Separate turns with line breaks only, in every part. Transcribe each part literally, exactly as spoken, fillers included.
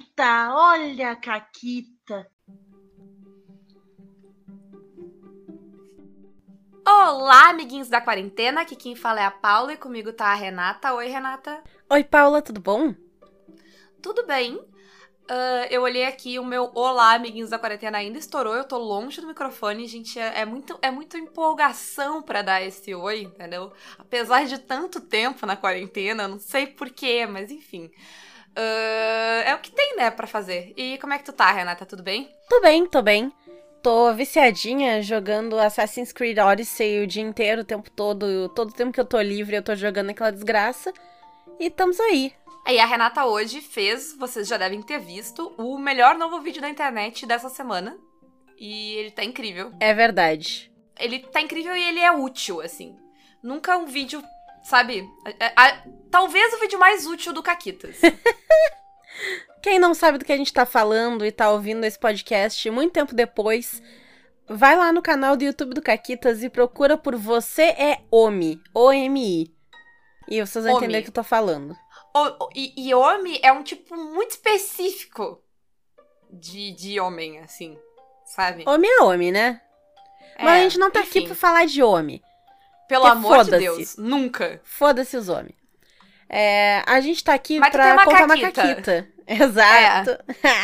Caquita, olha a Caquita.
Olá, amiguinhos da quarentena, aqui quem fala é a Paula e comigo tá a Renata. Oi, Renata.
Oi, Paula, tudo bom?
Tudo bem. Uh, eu olhei aqui, o meu olá, amiguinhos da quarentena ainda estourou, eu tô longe do microfone, gente, é, é, muito, é muito empolgação pra dar esse oi, entendeu? Apesar de tanto tempo na quarentena, não sei porquê, mas enfim. Uh, é o que tem, né, pra fazer. E como é que tu tá, Renata? Tudo bem?
Tô bem, tô bem. Tô viciadinha jogando Assassin's Creed Odyssey o dia inteiro, o tempo todo. Todo o tempo que eu tô livre, eu tô jogando aquela desgraça. E estamos aí.
Aí a Renata hoje fez, vocês já devem ter visto, o melhor novo vídeo da internet dessa semana. E ele tá incrível.
É verdade.
Ele tá incrível e ele é útil, assim. Nunca um vídeo, sabe? A, a, talvez o vídeo mais útil do Caquitas.
Quem não sabe do que a gente tá falando e tá ouvindo esse podcast muito tempo depois, vai lá no canal do YouTube do Caquitas e procura por Você é Omi, O M I. E vocês vão
Omi.
entender o que eu tô falando.
O, o, e, e Omi é um tipo muito específico de, de homem, assim, sabe?
Omi é Omi, né?
É,
Mas a gente não tá
enfim.
aqui pra falar de Omi.
Pelo
Porque
amor de
foda-se.
Deus, nunca.
Foda-se os homens. É, a gente tá aqui
Mas tu tem
pra
uma
contar uma
caquita.
caquita. Exato.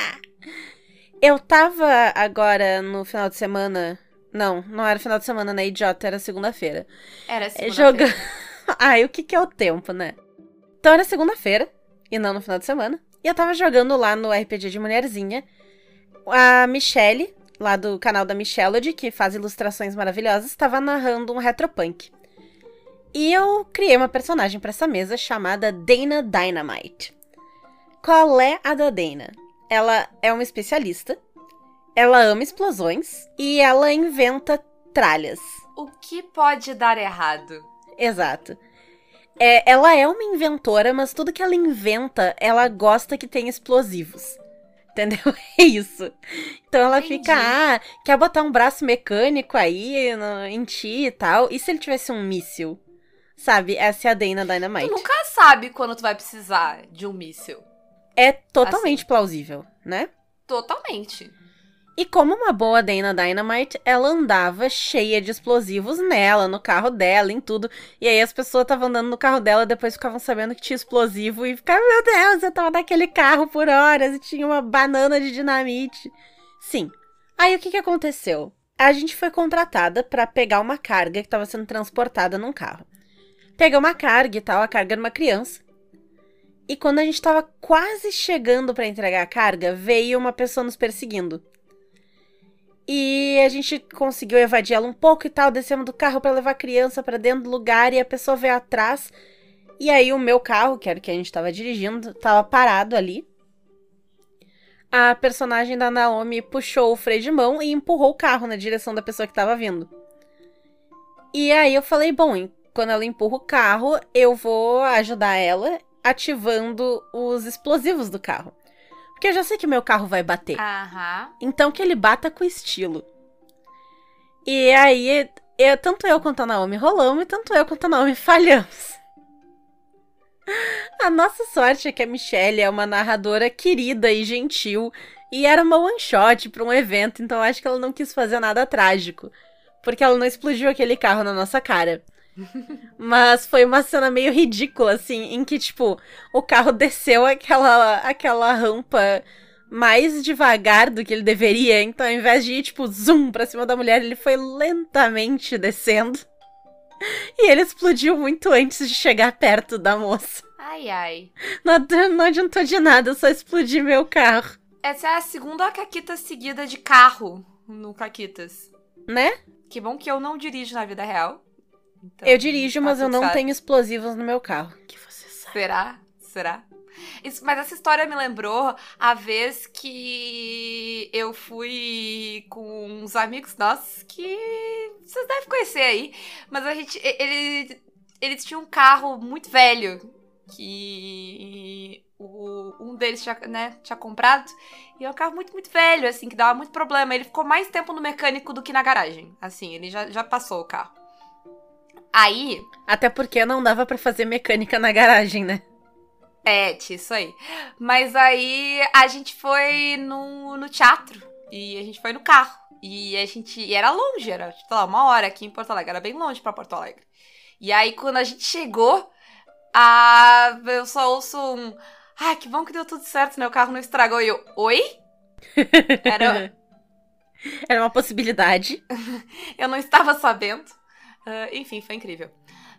Eu tava agora no final de semana... Não, não era final de semana, né, idiota? Era segunda-feira.
Era segunda-feira.
Jogando... Ai, o que que é o tempo, né? Então era segunda-feira, e não no final de semana. E eu tava jogando lá no R P G de Mulherzinha. A Michelle, lá do canal da Michelody, que faz ilustrações maravilhosas, tava narrando um retropunk. E eu criei uma personagem pra essa mesa chamada Dana Dynamite. Qual é a da Dana? Ela é uma especialista, ela ama explosões e ela inventa tralhas.
O que pode dar errado?
Exato. É, ela é uma inventora, mas tudo que ela inventa, ela gosta que tenha explosivos. Entendeu? É isso. Então ela
Entendi.
fica, ah, quer botar um braço mecânico aí no, em ti e tal. E se ele tivesse um míssil? Sabe? Essa é a Dana Dynamite.
Tu nunca sabe quando tu vai precisar de um míssil.
É totalmente
Assim.
plausível, né?
Totalmente.
E como uma boa Dana Dynamite, ela andava cheia de explosivos nela, no carro dela, em tudo. E aí as pessoas estavam andando no carro dela, depois ficavam sabendo que tinha explosivo e ficavam, meu Deus, eu tava naquele carro por horas e tinha uma banana de dinamite. Sim. Aí o que que aconteceu? A gente foi contratada pra pegar uma carga que estava sendo transportada num carro. Pegar uma carga e tal, a carga era uma criança. E quando a gente tava quase chegando pra entregar a carga, veio uma pessoa nos perseguindo. E a gente conseguiu evadir ela um pouco e tal, descemos do carro pra levar a criança pra dentro do lugar e a pessoa veio atrás. E aí o meu carro, que era o que a gente tava dirigindo, tava parado ali. A personagem da Naomi puxou o freio de mão e empurrou o carro na direção da pessoa que tava vindo. E aí eu falei, bom, quando ela empurra o carro, eu vou ajudar ela ativando os explosivos do carro. Porque eu já sei que meu carro vai bater.
Aham.
Então que ele bata com estilo. E aí, eu, tanto eu quanto a Naomi rolamos, e tanto eu quanto a Naomi falhamos. A nossa sorte é que a Michelle é uma narradora querida e gentil. E era uma one shot pra um evento, então acho que ela não quis fazer nada trágico. Porque ela não explodiu aquele carro na nossa cara. Mas foi uma cena meio ridícula, assim, em que, tipo, o carro desceu aquela, aquela rampa mais devagar do que ele deveria. Então, ao invés de ir, tipo, zoom pra cima da mulher, ele foi lentamente descendo. E ele explodiu muito antes de chegar perto da moça.
Ai, ai.
Não, adi- não adiantou de nada, eu só explodi meu carro.
Essa é a segunda Caquita seguida de carro no Caquitas.
Né?
Que bom que eu não dirijo na vida real. Então,
Eu dirijo, mas
tá
eu
tudo
não
certo.
tenho explosivos no meu carro. Que você sabe.
Será? Será? Isso, mas essa história me lembrou a vez que eu fui com uns amigos nossos que vocês devem conhecer aí. Mas a gente. Ele, eles tinham um carro muito velho. Que o, um deles tinha, né, tinha comprado. E é um carro muito, muito velho, assim, que dava muito problema. Ele ficou mais tempo no mecânico do que na garagem. Assim, ele já, já passou o carro. Aí...
Até porque não dava pra fazer mecânica na garagem, né?
É, tinha isso aí. Mas aí a gente foi no, no teatro e a gente foi no carro. E a gente. E era longe, era, sei lá, uma hora aqui em Porto Alegre. Era bem longe pra Porto Alegre. E aí, quando a gente chegou, a, eu só ouço um. Ah, que bom que deu tudo certo, né? O carro não estragou. E eu, oi? Era.
Era uma possibilidade.
Eu não estava sabendo. Uh, enfim, foi incrível.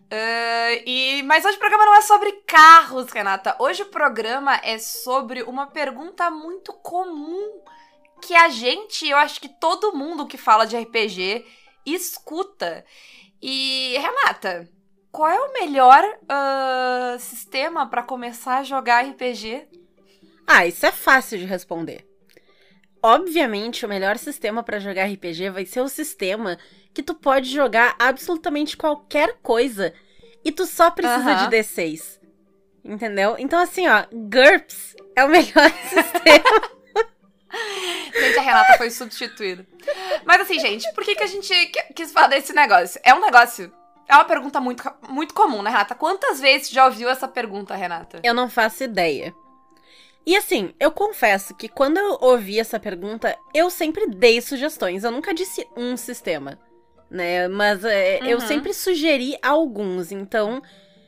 Uh, e, mas hoje o programa não é sobre carros, Renata. Hoje o programa é sobre uma pergunta muito comum que a gente, eu acho que todo mundo que fala de R P G escuta. E, Renata, qual é o melhor uh, sistema pra começar a jogar R P G?
Ah, isso é fácil de responder. Obviamente, o melhor sistema pra jogar R P G vai ser o sistema que tu pode jogar absolutamente qualquer coisa e tu só precisa
Uhum.
de D seis. Entendeu? Então, assim, ó, GURPS é o melhor sistema.
Gente, a Renata foi substituída. Mas assim, gente, por que, que a gente qu- quis falar desse negócio? É um negócio... É uma pergunta muito, muito comum, né, Renata? Quantas vezes já ouviu essa pergunta, Renata?
Eu não faço ideia. E assim, eu confesso que quando eu ouvi essa pergunta, eu sempre dei sugestões. Eu nunca disse um sistema, né? Mas é, eu
Uhum.
sempre sugeri alguns. Então,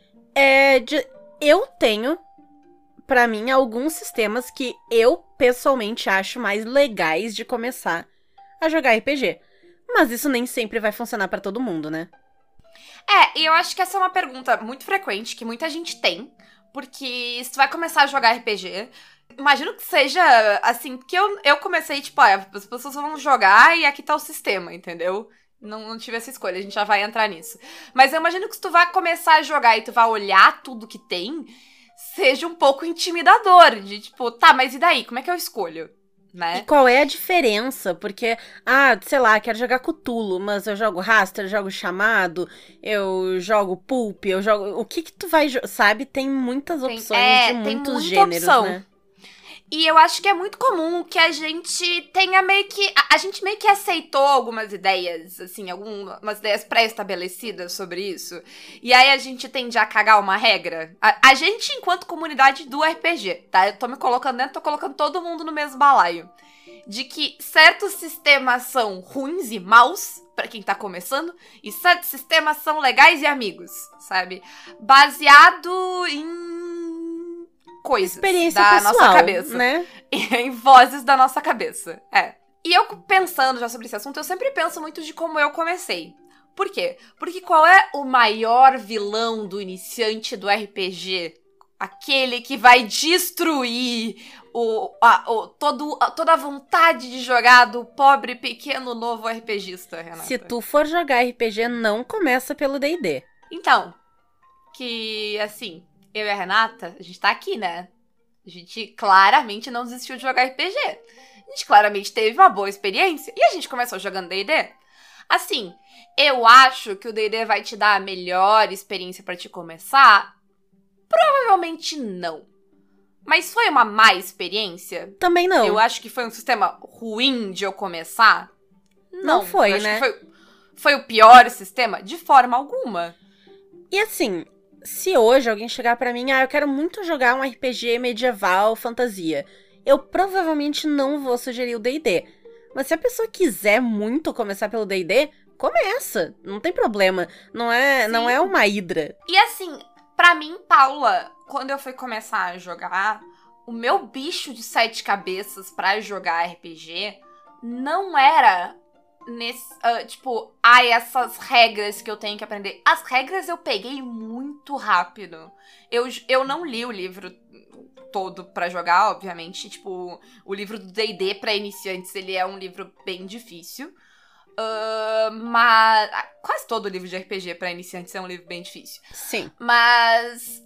é, de- eu tenho, pra mim, alguns sistemas que eu, pessoalmente, acho mais legais de começar a jogar R P G. Mas isso nem sempre vai funcionar pra todo mundo, né?
É, e eu acho que essa é uma pergunta muito frequente, que muita gente tem. Porque se tu vai começar a jogar R P G, imagino que seja assim, porque eu, eu comecei, tipo, ah, as pessoas vão jogar e aqui tá o sistema, entendeu? Não, não tive essa escolha, a gente já vai entrar nisso. Mas eu imagino que se tu vai começar a jogar e tu vai olhar tudo que tem, seja um pouco intimidador. De tipo, tá, mas e daí? Como é que eu escolho?
E
Né?
qual é a diferença? Porque, ah, sei lá, quero jogar Cthulhu, mas eu jogo Raster, eu jogo Chamado, eu jogo Pulp, eu jogo... O que que tu vai... jo- Sabe? Tem muitas
Tem-
opções
é,
de
tem
muitos
muita
gêneros,
opção.
né?
E eu acho que é muito comum que a gente tenha meio que... A, a gente meio que aceitou algumas ideias, assim, algumas ideias pré-estabelecidas sobre isso. E aí a gente tende a cagar uma regra. A, a gente, enquanto comunidade do R P G, tá? Eu tô me colocando dentro, tô colocando todo mundo no mesmo balaio. De que certos sistemas são ruins e maus, pra quem tá começando, e certos sistemas são legais e amigos, sabe? Baseado em coisas
Experiência
da
pessoal,
nossa cabeça.
né?
Em vozes da nossa cabeça. É. E eu pensando já sobre esse assunto, eu sempre penso muito de como eu comecei. Por quê? Porque qual é o maior vilão do iniciante do R P G? Aquele que vai destruir o, a, o, todo, a, toda a vontade de jogar do pobre, pequeno, novo RPGista, Renata.
Se tu for jogar R P G, não começa pelo D e D.
Então, que assim, eu e a Renata, a gente tá aqui, né? A gente claramente não desistiu de jogar R P G. A gente claramente teve uma boa experiência. E a gente começou jogando D e D. Assim, eu acho que o D e D vai te dar a melhor experiência pra te começar? Provavelmente não. Mas foi uma má experiência?
Também não.
Eu acho que foi um sistema ruim de eu começar?
Não foi,
eu acho
né?
que foi, foi o pior sistema? De forma alguma.
E assim, se hoje alguém chegar pra mim, ah, eu quero muito jogar um R P G medieval, fantasia, eu provavelmente não vou sugerir o D e D. Mas se a pessoa quiser muito começar pelo D e D, começa. Não tem problema. Não é,
Sim.
não é uma hidra.
E assim, pra mim, Paula, quando eu fui começar a jogar, o meu bicho de sete cabeças pra jogar R P G não era nesse, ah, tipo, ah, essas regras que eu tenho que aprender. As regras eu peguei muito rápido. Eu, eu não li o livro todo pra jogar, obviamente. Tipo, o livro do D e D pra iniciantes, ele é um livro bem difícil. Uh, mas quase todo livro de R P G pra iniciantes é um livro bem difícil.
Sim.
Mas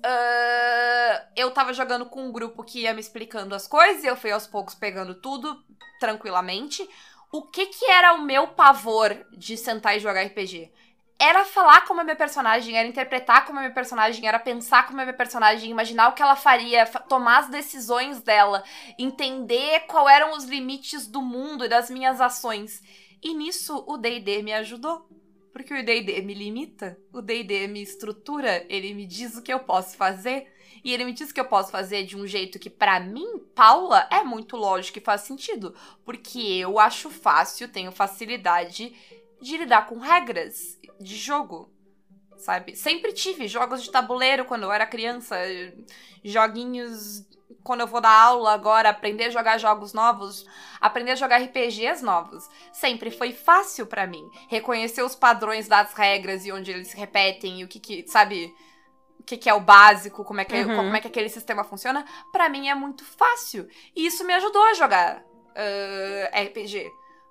uh, eu tava jogando com um grupo que ia me explicando as coisas e eu fui aos poucos pegando tudo tranquilamente. O que que era o meu pavor de sentar e jogar R P G? Era falar como a minha personagem, era interpretar como a minha personagem, era pensar como a minha personagem, imaginar o que ela faria, tomar as decisões dela, entender qual eram os limites do mundo e das minhas ações. E nisso o D e D me ajudou. Porque o D e D me limita, o D e D me estrutura, ele me diz o que eu posso fazer. E ele me disse que eu posso fazer de um jeito que, pra mim, Paula, é muito lógico e faz sentido. Porque eu acho fácil, tenho facilidade de lidar com regras de jogo, sabe? Sempre tive jogos de tabuleiro quando eu era criança, joguinhos quando eu vou dar aula agora, aprender a jogar jogos novos, aprender a jogar R P Gs novos. Sempre foi fácil pra mim. Reconhecer os padrões das regras e onde eles se repetem e o que que, sabe, o que que é o básico, como é que,
Uhum.
como é que aquele sistema funciona, pra mim é muito fácil. E isso me ajudou a jogar uh, R P G.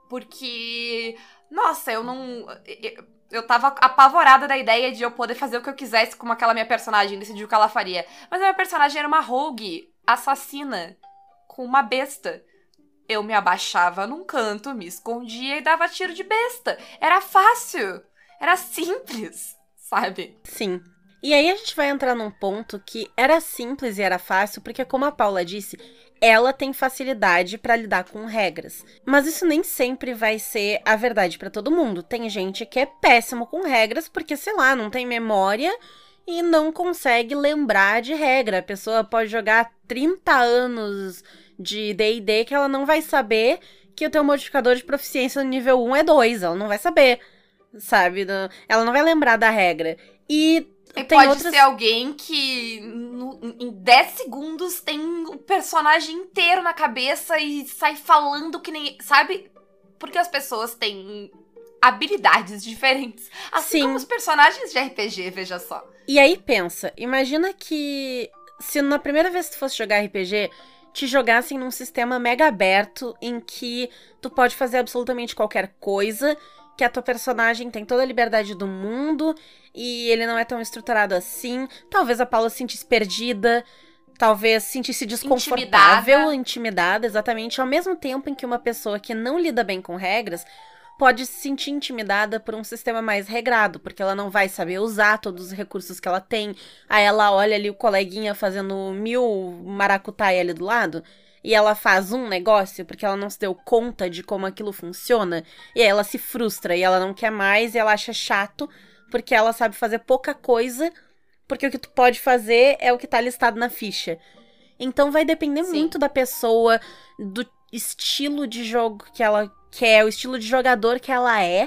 Porque, nossa, eu não... Eu, eu tava apavorada da ideia de eu poder fazer o que eu quisesse com aquela minha personagem, decidir o que ela faria. Mas a minha personagem era uma rogue assassina com uma besta. Eu me abaixava num canto, me escondia e dava tiro de besta. Era fácil. Era simples, sabe?
Sim. E aí a gente vai entrar num ponto que era simples e era fácil, porque como a Paula disse, ela tem facilidade pra lidar com regras. Mas isso nem sempre vai ser a verdade pra todo mundo. Tem gente que é péssimo com regras porque, sei lá, não tem memória e não consegue lembrar de regra. A pessoa pode jogar trinta anos de D e D que ela não vai saber que o teu modificador de proficiência no nível um é dois. Ela não vai saber, sabe? Ela não vai lembrar da regra. E
E
tem
pode
outras...
ser alguém que no, em dez segundos tem o personagem inteiro na cabeça e sai falando que nem... Sabe? Porque as pessoas têm habilidades diferentes. Assim
Sim.
como os personagens de R P G, veja só.
E aí pensa, imagina que se na primeira vez que tu fosse jogar R P G, te jogassem num sistema mega aberto em que tu pode fazer absolutamente qualquer coisa, que a tua personagem tem toda a liberdade do mundo e ele não é tão estruturado assim. Talvez a Paula se sentisse perdida, talvez sentisse desconfortável, intimidada. intimidada, exatamente, ao mesmo tempo em que uma pessoa que não lida bem com regras pode se sentir intimidada por um sistema mais regrado, porque ela não vai saber usar todos os recursos que ela tem. Aí ela olha ali o coleguinha fazendo mil maracutaia ali do lado, e ela faz um negócio porque ela não se deu conta de como aquilo funciona, e aí ela se frustra, e ela não quer mais, e ela acha chato, porque ela sabe fazer pouca coisa, porque o que tu pode fazer é o que tá listado na ficha. Então vai depender
Sim.
muito da pessoa, do estilo de jogo que ela quer, o estilo de jogador que ela é,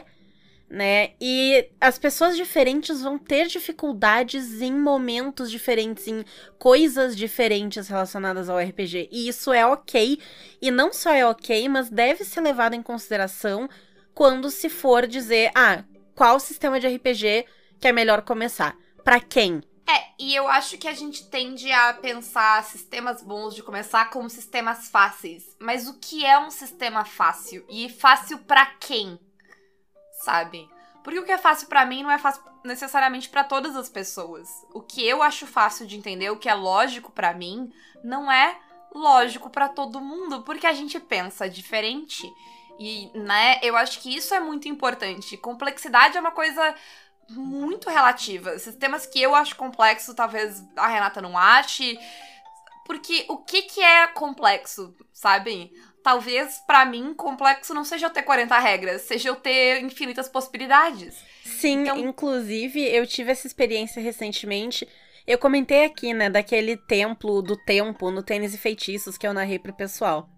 né? E as pessoas diferentes vão ter dificuldades em momentos diferentes, em coisas diferentes relacionadas ao R P G. E isso é ok. E não só é ok, mas deve ser levado em consideração quando se for dizer, ah, qual sistema de R P G que é melhor começar? Pra quem?
É, e eu acho que a gente tende a pensar sistemas bons de começar como sistemas fáceis. Mas o que é um sistema fácil? E fácil pra quem? Sabe? Porque o que é fácil pra mim não é fácil necessariamente pra todas as pessoas. O que eu acho fácil de entender, o que é lógico pra mim, não é lógico pra todo mundo, porque a gente pensa diferente. E, né, eu acho que isso é muito importante. Complexidade é uma coisa muito relativa. Sistemas que eu acho complexo, talvez a Renata não ache. Porque o que que é complexo, sabe? Talvez, pra mim, complexo não seja eu ter quarenta regras, seja eu ter infinitas possibilidades.
Sim,
Então-
inclusive, eu tive essa experiência recentemente. Eu comentei aqui, né, daquele templo do tempo no Tênis e Feitiços que eu narrei pro pessoal.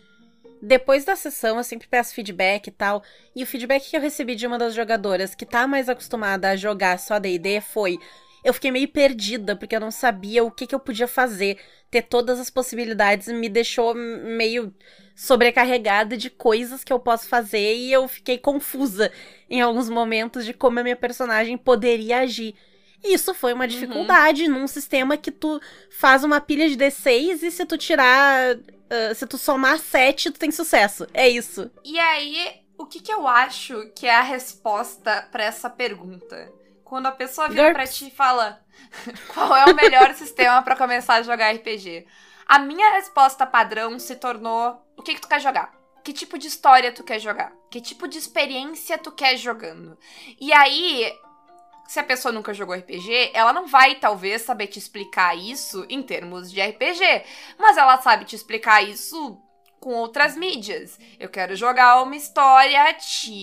Depois da sessão, eu sempre peço feedback e tal, e o feedback que eu recebi de uma das jogadoras que tá mais acostumada a jogar só D e D foi: eu fiquei meio perdida, porque eu não sabia o que, que eu podia fazer. Ter todas as possibilidades me deixou meio sobrecarregada de coisas que eu posso fazer, e eu fiquei confusa em alguns momentos de como a minha personagem poderia agir. E isso foi uma dificuldade num sistema que tu faz uma pilha de D seis e se tu tirar... Uh, se tu somar sete, tu tem sucesso. É isso.
E aí, o que que eu acho que é a resposta pra essa pergunta? Quando a pessoa vira pra
Garps.
ti e fala qual é o melhor sistema pra começar a jogar R P G? A minha resposta padrão se tornou: o que que tu quer jogar? Que tipo de história tu quer jogar? Que tipo de experiência tu quer jogando? E aí, se a pessoa nunca jogou R P G, ela não vai, talvez, saber te explicar isso em termos de R P G. Mas ela sabe te explicar isso com outras mídias. Eu quero jogar uma história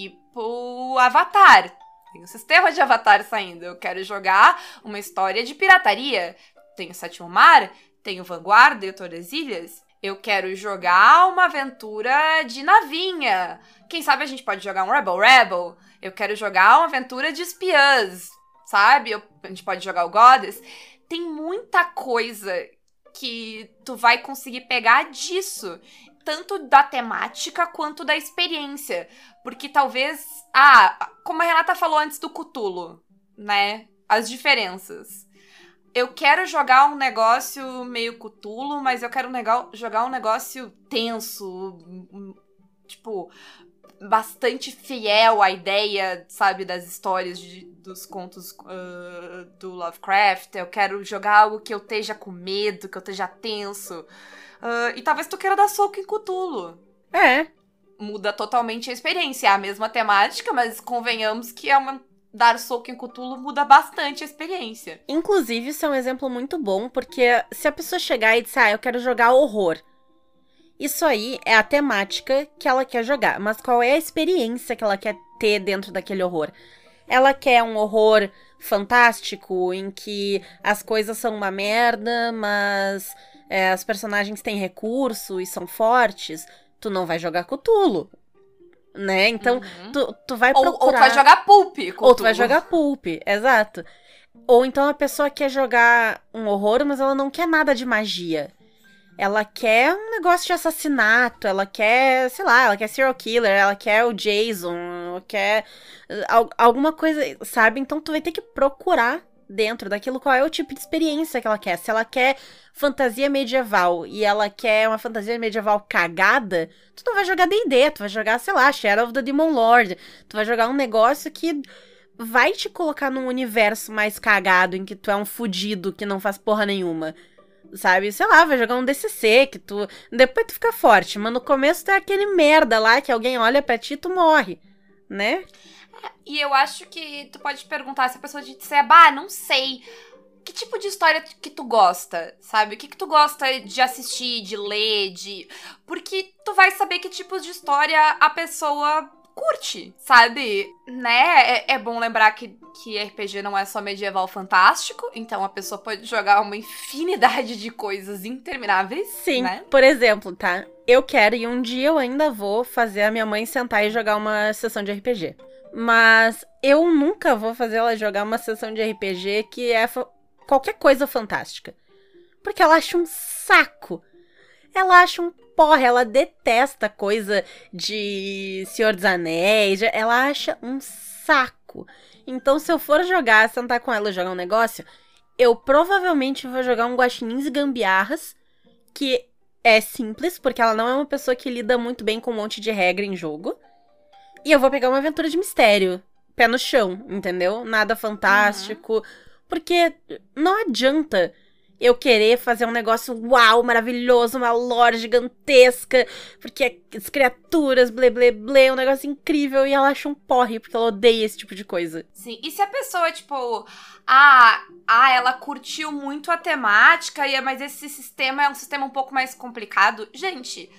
tipo Avatar. Tem um sistema de Avatar saindo. Eu quero jogar uma história de pirataria. tem o Sétimo Mar, tem o Vanguarda e o Tordesilhas. Eu quero jogar uma aventura de navinha. Quem sabe a gente pode jogar um Rebel Rebel. Eu quero jogar uma aventura de espiãs, sabe? Eu, a gente pode jogar o Goddess. Tem muita coisa que tu vai conseguir pegar disso. Tanto da temática quanto da experiência. Porque talvez... Ah, como a Renata falou antes do Cthulhu, né? As diferenças. Eu quero jogar um negócio meio Cthulhu, mas eu quero nega- jogar um negócio tenso, tipo, bastante fiel à ideia, sabe, das histórias, de, dos contos uh, do Lovecraft. Eu quero jogar algo que eu esteja com medo, que eu esteja tenso. Uh, e talvez tu queira dar soco em Cthulhu.
É.
Muda totalmente a experiência. É a mesma temática, mas convenhamos que é uma... Dar soco em Cthulhu muda bastante a experiência.
Inclusive, isso é um exemplo muito bom, porque se a pessoa chegar e disser, ah, eu quero jogar horror, isso aí é a temática que ela quer jogar, mas qual é a experiência que ela quer ter dentro daquele horror? Ela quer um horror fantástico, em que as coisas são uma merda, mas é, as personagens têm recurso e são fortes. Tu não vai jogar Cthulhu. Né? Então,
uhum.
tu, tu vai
ou,
procurar...
Ou tu vai jogar Pulp. Cthulhu.
Ou tu vai jogar Pulp, exato. Ou então a pessoa quer jogar um horror, mas ela não quer nada de magia. Ela quer um negócio de assassinato, ela quer, sei lá, ela quer serial killer, ela quer o Jason, ela quer al- alguma coisa, sabe? Então tu vai ter que procurar dentro daquilo qual é o tipo de experiência que ela quer. Se ela quer fantasia medieval e ela quer uma fantasia medieval cagada, tu não vai jogar D e D, tu vai jogar, sei lá, Shadow of the Demon Lord. Tu vai jogar um negócio que vai te colocar num universo mais cagado, em que tu é um fudido que não faz porra nenhuma. Sabe? Sei lá, vai jogar um D C C, que tu... Depois tu fica forte, mas no começo tu é aquele merda lá, que alguém olha pra ti e tu morre, né?
E eu acho que tu pode perguntar se a pessoa te disser, bah, não sei, que tipo de história que tu gosta, sabe? O que que tu gosta de assistir, de ler, de... Porque tu vai saber que tipos de história a pessoa curte, sabe? Né? É, é bom lembrar que, que R P G não é só medieval fantástico, então a pessoa pode jogar uma infinidade de coisas intermináveis,
Sim,
né?
Por exemplo, tá? Eu quero e um dia eu ainda vou fazer a minha mãe sentar e jogar uma sessão de R P G. Mas eu nunca vou fazer ela jogar uma sessão de R P G que é fa- qualquer coisa fantástica. Porque ela acha um saco. Ela acha um porra, ela detesta coisa de Senhor dos Anéis. Ela acha um saco. Então, se eu for jogar, sentar com ela e jogar um negócio, eu provavelmente vou jogar um Guaxinins e Gambiarras, que é simples, porque ela não é uma pessoa que lida muito bem com um monte de regra em jogo. E eu vou pegar uma aventura de mistério. Pé no chão, entendeu? Nada fantástico. Uhum. Porque não adianta eu querer fazer um negócio uau, maravilhoso, uma lore gigantesca, porque as criaturas, blé, blé, blé, um negócio incrível, e ela acha um porre, porque ela odeia esse tipo de coisa.
Sim, e se a pessoa, tipo, ah, ah, ela curtiu muito a temática, e mas esse sistema é um sistema um pouco mais complicado, gente...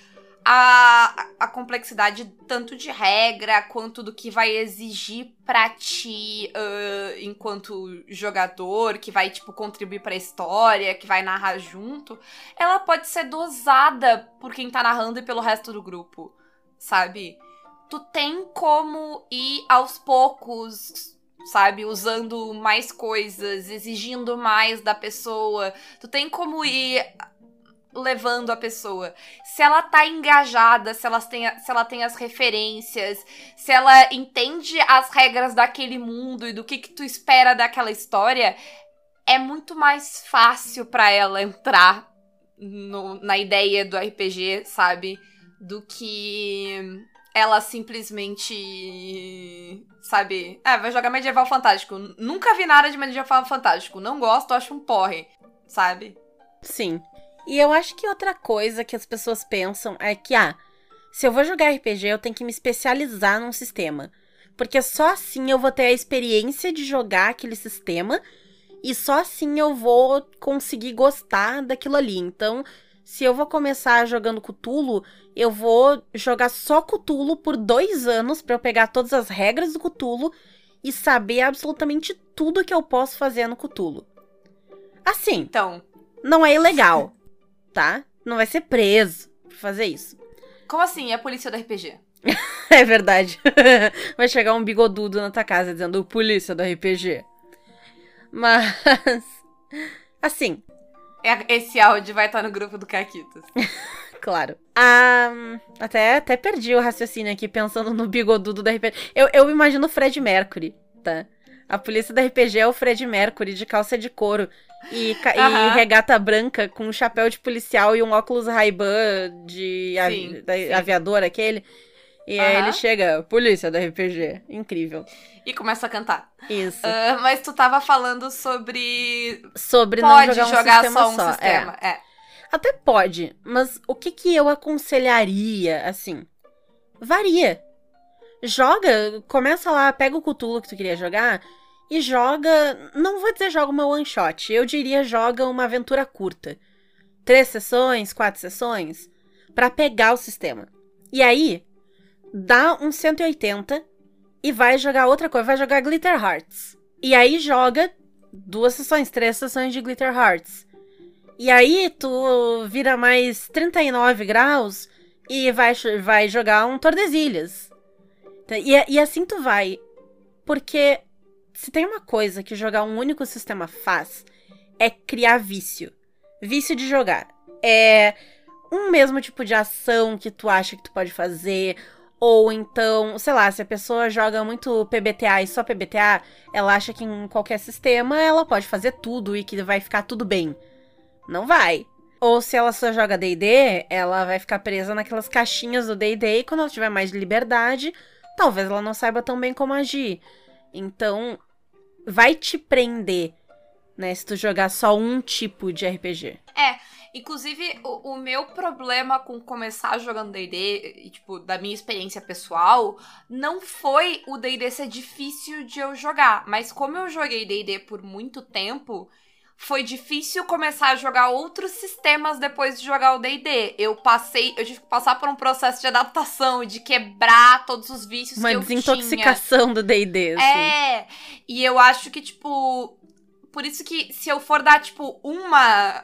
A, a complexidade tanto de regra quanto do que vai exigir pra ti uh, enquanto jogador, que vai, tipo, contribuir pra história, que vai narrar junto, ela pode ser dosada por quem tá narrando e pelo resto do grupo, sabe? Tu tem como ir aos poucos, sabe? Usando mais coisas, exigindo mais da pessoa. Tu tem como ir... levando a pessoa. Se ela tá engajada, se, elas têm, se ela tem as referências, se ela entende as regras daquele mundo e do que, que tu espera daquela história, é muito mais fácil pra ela entrar no, na ideia do R P G, sabe? Do que ela simplesmente, sabe? Ah, vai jogar medieval fantástico. Nunca vi nada de medieval fantástico. Não gosto, acho um porre, sabe?
Sim. E eu acho que outra coisa que as pessoas pensam é que, ah, se eu vou jogar R P G, eu tenho que me especializar num sistema. Porque só assim eu vou ter a experiência de jogar aquele sistema e só assim eu vou conseguir gostar daquilo ali. Então, se eu vou começar jogando Cthulhu, eu vou jogar só Cthulhu por dois anos pra eu pegar todas as regras do Cthulhu e saber absolutamente tudo que eu posso fazer no Cthulhu. Assim.
Então,
não é ilegal, tá? Não vai ser preso por fazer isso.
Como assim? É a polícia do R P G?
É verdade. Vai chegar um bigodudo na tua casa dizendo polícia do R P G. Mas, assim...
É, esse áudio vai estar no grupo do Caquitas.
Claro. Ah, até, até perdi o raciocínio aqui pensando no bigodudo do R P G. Eu, eu imagino o Fred Mercury, tá? A polícia do R P G é o Fred Mercury de calça de couro e, ca-
Aham.
e regata branca com um chapéu de policial e um óculos Ray-Ban de avi-
Sim,
da-
sim.
aviador aquele. E aí
Aham.
ele chega, polícia do R P G. Incrível.
E começa a cantar.
Isso.
Ah, mas tu tava falando sobre...
Sobre
Pode
não jogar,
jogar,
um sistema
só um
só.
sistema.
É.
É.
Até pode, mas o que que eu aconselharia, assim? Varia. Joga, começa lá, pega o Cthulhu que tu queria jogar e joga, não vou dizer joga uma one shot, eu diria joga uma aventura curta. Três sessões, quatro sessões, pra pegar o sistema. E aí, dá um cento e oitenta e vai jogar outra coisa, vai jogar Glitter Hearts. E aí joga duas sessões, três sessões de Glitter Hearts. E aí tu vira mais trinta e nove graus e vai, vai jogar um Tordesilhas. E, e assim tu vai. Porque se tem uma coisa que jogar um único sistema faz, é criar vício. Vício de jogar. É um mesmo tipo de ação que tu acha que tu pode fazer. Ou então, sei lá, se a pessoa joga muito P B T A e só P B T A, ela acha que em qualquer sistema ela pode fazer tudo e que vai ficar tudo bem. Não vai. Ou se ela só joga D e D, ela vai ficar presa naquelas caixinhas do D e D e quando ela tiver mais liberdade, talvez ela não saiba tão bem como agir. Então, vai te prender, né, se tu jogar só um tipo de R P G.
É, inclusive, o, o meu problema com começar jogando D e D, e, tipo, da minha experiência pessoal, não foi o D e D ser difícil de eu jogar. Mas como eu joguei D e D por muito tempo, foi difícil começar a jogar outros sistemas depois de jogar o D e D. Eu passei, eu tive que passar por um processo de adaptação, de quebrar todos os vícios
Uma
que eu tinha.
desintoxicação do D e D, assim.
É, e eu acho que, tipo... Por isso que se eu for dar, tipo, uma...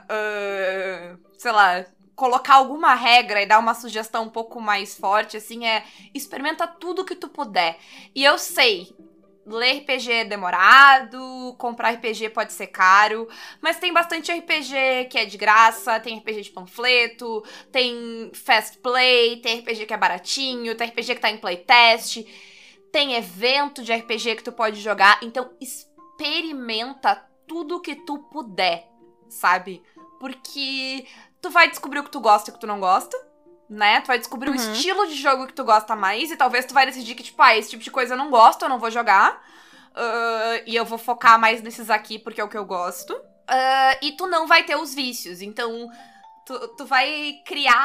Uh, sei lá... Colocar alguma regra e dar uma sugestão um pouco mais forte, assim, é... Experimenta tudo que tu puder. E eu sei... Ler R P G é demorado, comprar R P G pode ser caro, mas tem bastante R P G que é de graça, tem R P G de panfleto, tem fast play, tem R P G que é baratinho, tem R P G que tá em playtest, tem evento de R P G que tu pode jogar, então experimenta tudo que tu puder, sabe? Porque tu vai descobrir o que tu gosta e o que tu não gosta, né? Tu vai descobrir
Uhum.
o estilo de jogo que tu gosta mais e talvez tu vai decidir que, tipo, ah, esse tipo de coisa eu não gosto, eu não vou jogar. Uh, e eu vou focar mais nesses aqui porque é o que eu gosto. Uh, e tu não vai ter os vícios. Então, tu, tu vai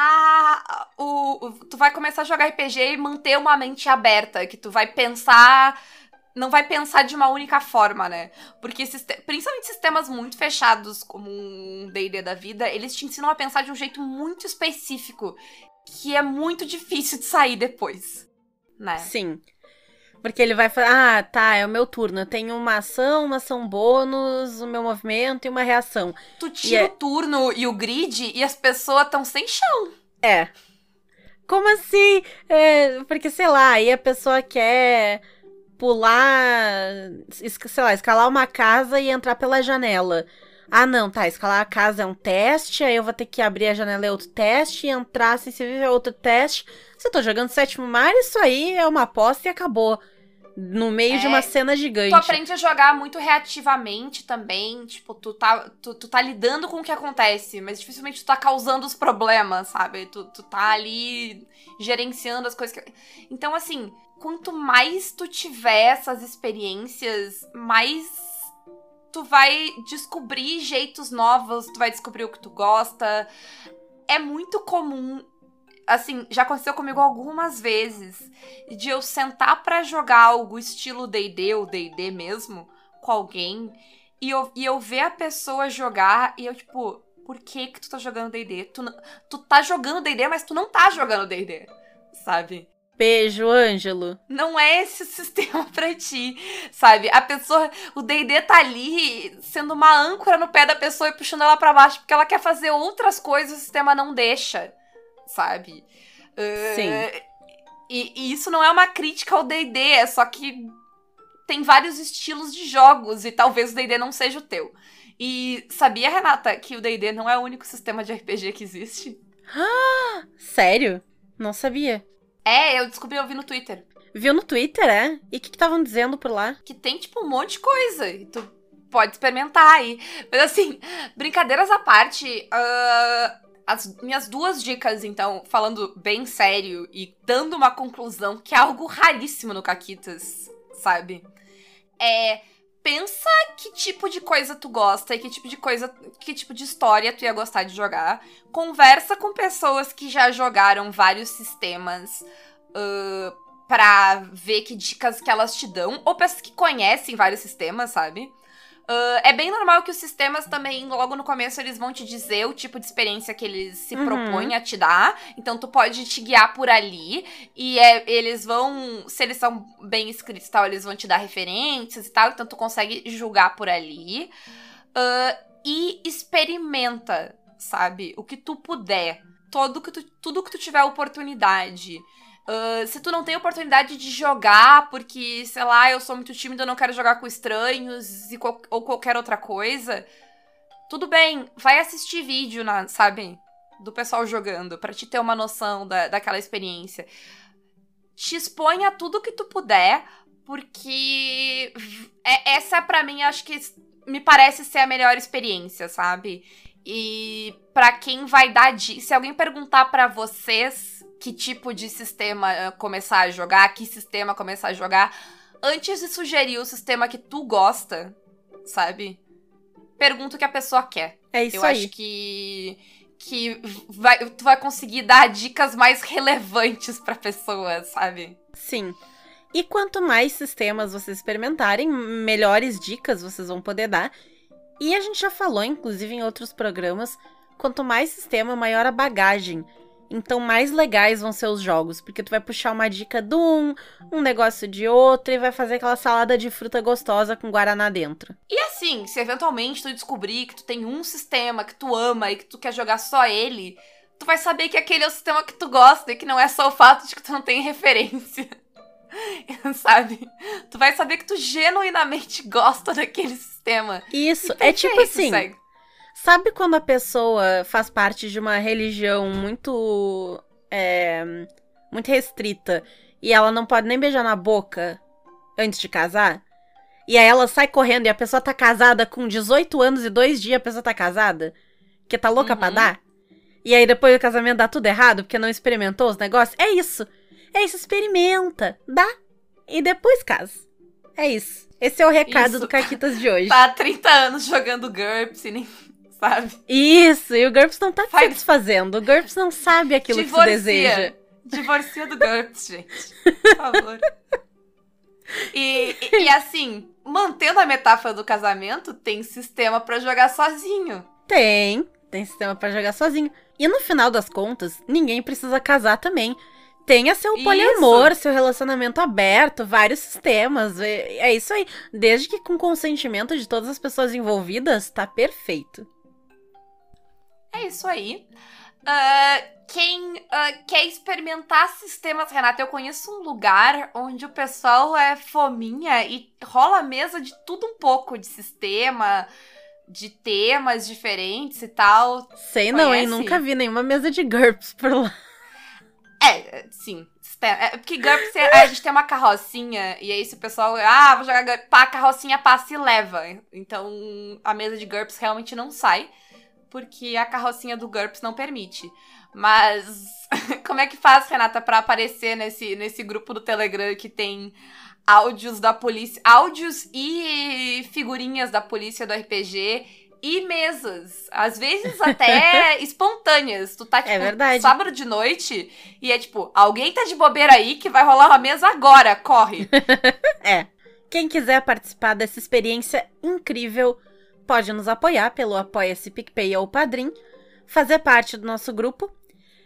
criar o, o... Tu vai começar a jogar R P G e manter uma mente aberta. Que tu vai pensar... Não vai pensar de uma única forma, né? Porque, siste- principalmente sistemas muito fechados, como um D e D da vida, eles te ensinam a pensar de um jeito muito específico, que é muito difícil de sair depois, né?
Sim. Porque ele vai falar, ah, tá, é o meu turno. Eu tenho uma ação, uma ação bônus, o meu movimento e uma reação.
Tu tira
E é-
o turno e o grid e as pessoas estão sem chão.
É. Como assim? É, porque, sei lá, aí a pessoa quer pular, esca- sei lá, escalar uma casa e entrar pela janela. Ah, não, tá, escalar a casa é um teste, aí eu vou ter que abrir a janela é outro teste, e entrar sem se viver é outro teste. Se eu tô jogando Sétimo Mar, isso aí é uma aposta e acabou. No meio
É,
de uma cena gigante.
Tu aprende a jogar muito reativamente também, tipo, tu tá, tu, tu tá lidando com o que acontece, mas dificilmente tu tá causando os problemas, sabe? Tu, tu tá ali gerenciando as coisas que... Então, assim, quanto mais tu tiver essas experiências, mais tu vai descobrir jeitos novos, tu vai descobrir o que tu gosta. É muito comum, assim, já aconteceu comigo algumas vezes, de eu sentar pra jogar algo estilo D e D ou D e D mesmo, com alguém, e eu, e eu ver a pessoa jogar e eu, tipo, por que que tu tá jogando D e D? Tu, n- tu tá jogando D e D, mas tu não tá jogando D e D, sabe?
Beijo, Ângelo.
Não é esse o sistema pra ti, sabe? A pessoa, o D e D tá ali sendo uma âncora no pé da pessoa e puxando ela pra baixo porque ela quer fazer outras coisas e o sistema não deixa, sabe?
Sim.
Uh, e, e isso não é uma crítica ao D e D, é só que tem vários estilos de jogos e talvez o D e D não seja o teu. E sabia, Renata, que o D e D não é o único sistema de R P G que existe?
Ah, sério? Não sabia.
É, eu descobri, eu vi no Twitter.
Viu no Twitter, é? E o que estavam dizendo por lá?
Que tem, tipo, um monte de coisa. E tu pode experimentar aí. Mas, assim, brincadeiras à parte, uh, as minhas duas dicas, então, falando bem sério e dando uma conclusão, que é algo raríssimo no Caquitas, sabe? É... Pensa que tipo de coisa tu gosta e que tipo de coisa, que tipo de história tu ia gostar de jogar. Conversa com pessoas que já jogaram vários sistemas uh, pra ver que dicas que elas te dão. Ou pessoas que conhecem vários sistemas, sabe? Uh, é bem normal que os sistemas também, logo no começo, eles vão te dizer o tipo de experiência que eles se
Uhum.
propõem a te dar. Então, tu pode te guiar por ali. E é, eles vão, se eles são bem escritos e tal, eles vão te dar referências e tal. Então, tu consegue julgar por ali. Uh, e experimenta, sabe? O que tu puder. Todo que tu, tudo que tu tiver oportunidade. Uh, se tu não tem oportunidade de jogar porque, sei lá, eu sou muito tímida, eu não quero jogar com estranhos e qual, ou qualquer outra coisa, tudo bem, vai assistir vídeo, na, sabe, do pessoal jogando, pra te ter uma noção da, daquela experiência. Te expõe a tudo que tu puder, porque é, essa, pra mim, acho que me parece ser a melhor experiência, sabe? E pra quem vai dar... Di- se alguém perguntar pra vocês que tipo de sistema uh, começar a jogar, que sistema começar a jogar, antes de sugerir o sistema que tu gosta, sabe? Pergunta o que a pessoa quer.
É isso
Eu
aí.
acho que, que vai, tu vai conseguir dar dicas mais relevantes pra pessoa, sabe?
Sim. E quanto mais sistemas vocês experimentarem, melhores dicas vocês vão poder dar. E a gente já falou, inclusive, em outros programas, quanto mais sistema, maior a bagagem. Então, mais legais vão ser os jogos, porque tu vai puxar uma dica de um, um negócio de outro, e vai fazer aquela salada de fruta gostosa com guaraná dentro.
E assim, se eventualmente tu descobrir que tu tem um sistema que tu ama e que tu quer jogar só ele, tu vai saber que aquele é o sistema que tu gosta e que não é só o fato de que tu não tem referência. Sabe? Tu vai saber que tu genuinamente gosta daquele sistema.
Isso,
E
é tipo
perfeito,
assim...
segue.
Sabe quando a pessoa faz parte de uma religião muito, é, muito restrita e ela não pode nem beijar na boca antes de casar? E aí ela sai correndo e a pessoa tá casada com dezoito anos e dois dias a pessoa tá casada? Que tá louca
Uhum.
pra dar? E aí depois do casamento dá tudo errado porque não experimentou os negócios? É isso. É isso, experimenta. Dá. E depois casa. É isso. Esse é o recado
Isso.
do Caquitas de hoje.
Tá há trinta anos jogando GURPS e nem... sabe?
Isso, e o GURPS não tá se
Faz-
satisfazendo. O GURPS não sabe aquilo que tu
Divorcia.
deseja.
Divorcia do GURPS, gente. Por favor. E, e, e assim, mantendo a metáfora do casamento, tem sistema pra jogar sozinho.
Tem, tem sistema pra jogar sozinho. E no final das contas, ninguém precisa casar também. Tenha seu
Isso.
poliamor, seu relacionamento aberto, vários sistemas. É, é isso aí. Desde que com consentimento de todas as pessoas envolvidas, tá perfeito.
É isso aí. Ah, quem ah, quer experimentar sistemas, Renata, eu conheço um lugar onde o pessoal é fominha e rola mesa de tudo um pouco, de sistema, de temas diferentes e tal.
Sei não, hein?
Conhece?
Nunca vi nenhuma mesa de GURPS por lá.
É, sim. sistema- É porque GURPS, a gente tem uma carrocinha, e aí se o pessoal, ah, vou jogar GURPS, pá, a carrocinha passa e leva. Então, a mesa de GURPS realmente não sai, porque a carrocinha do GURPS não permite. Mas, como é que faz, Renata, pra aparecer nesse, nesse grupo do Telegram que tem áudios da polícia, áudios e figurinhas da polícia do R P G e mesas, às vezes até espontâneas. Tu tá, tipo,
É verdade.
sábado de noite e é tipo, alguém tá de bobeira aí que vai rolar uma mesa agora, corre.
É. Quem quiser participar dessa experiência incrível, pode nos apoiar pelo Apoia-se, PicPay ou Padrim, fazer parte do nosso grupo.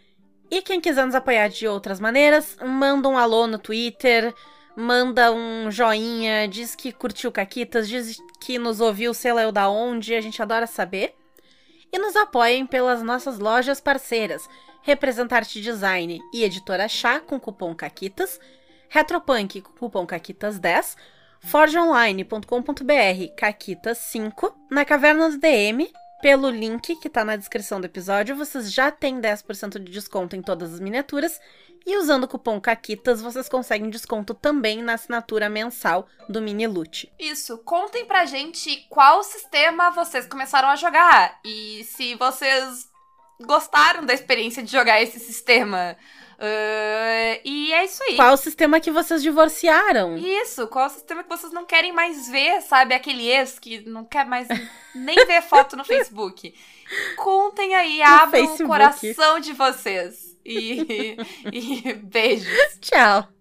E quem quiser nos apoiar de outras maneiras, manda um alô no Twitter, manda um joinha, diz que curtiu Caquitas, diz que nos ouviu, sei lá eu da onde, a gente adora saber. E nos apoiem pelas nossas lojas parceiras, Representarte Design e Editora Chá com cupom Caquitas, Retropunk com cupom Caquitas dez, forge online ponto com ponto b r Caquitas cinco, na Caverna do D M, pelo link que tá na descrição do episódio, vocês já têm dez por cento de desconto em todas as miniaturas, e usando o cupom Caquitas, vocês conseguem desconto também na assinatura mensal do Mini Loot.
Isso, contem pra gente qual sistema vocês começaram a jogar, e se vocês gostaram da experiência de jogar esse sistema. Uh, e é isso aí.
Qual o sistema que vocês divorciaram?
Isso, qual o sistema que vocês não querem mais ver, sabe? Aquele ex que não quer mais nem ver foto no Facebook. Contem aí, abram o coração de vocês. E, e beijos.
Tchau.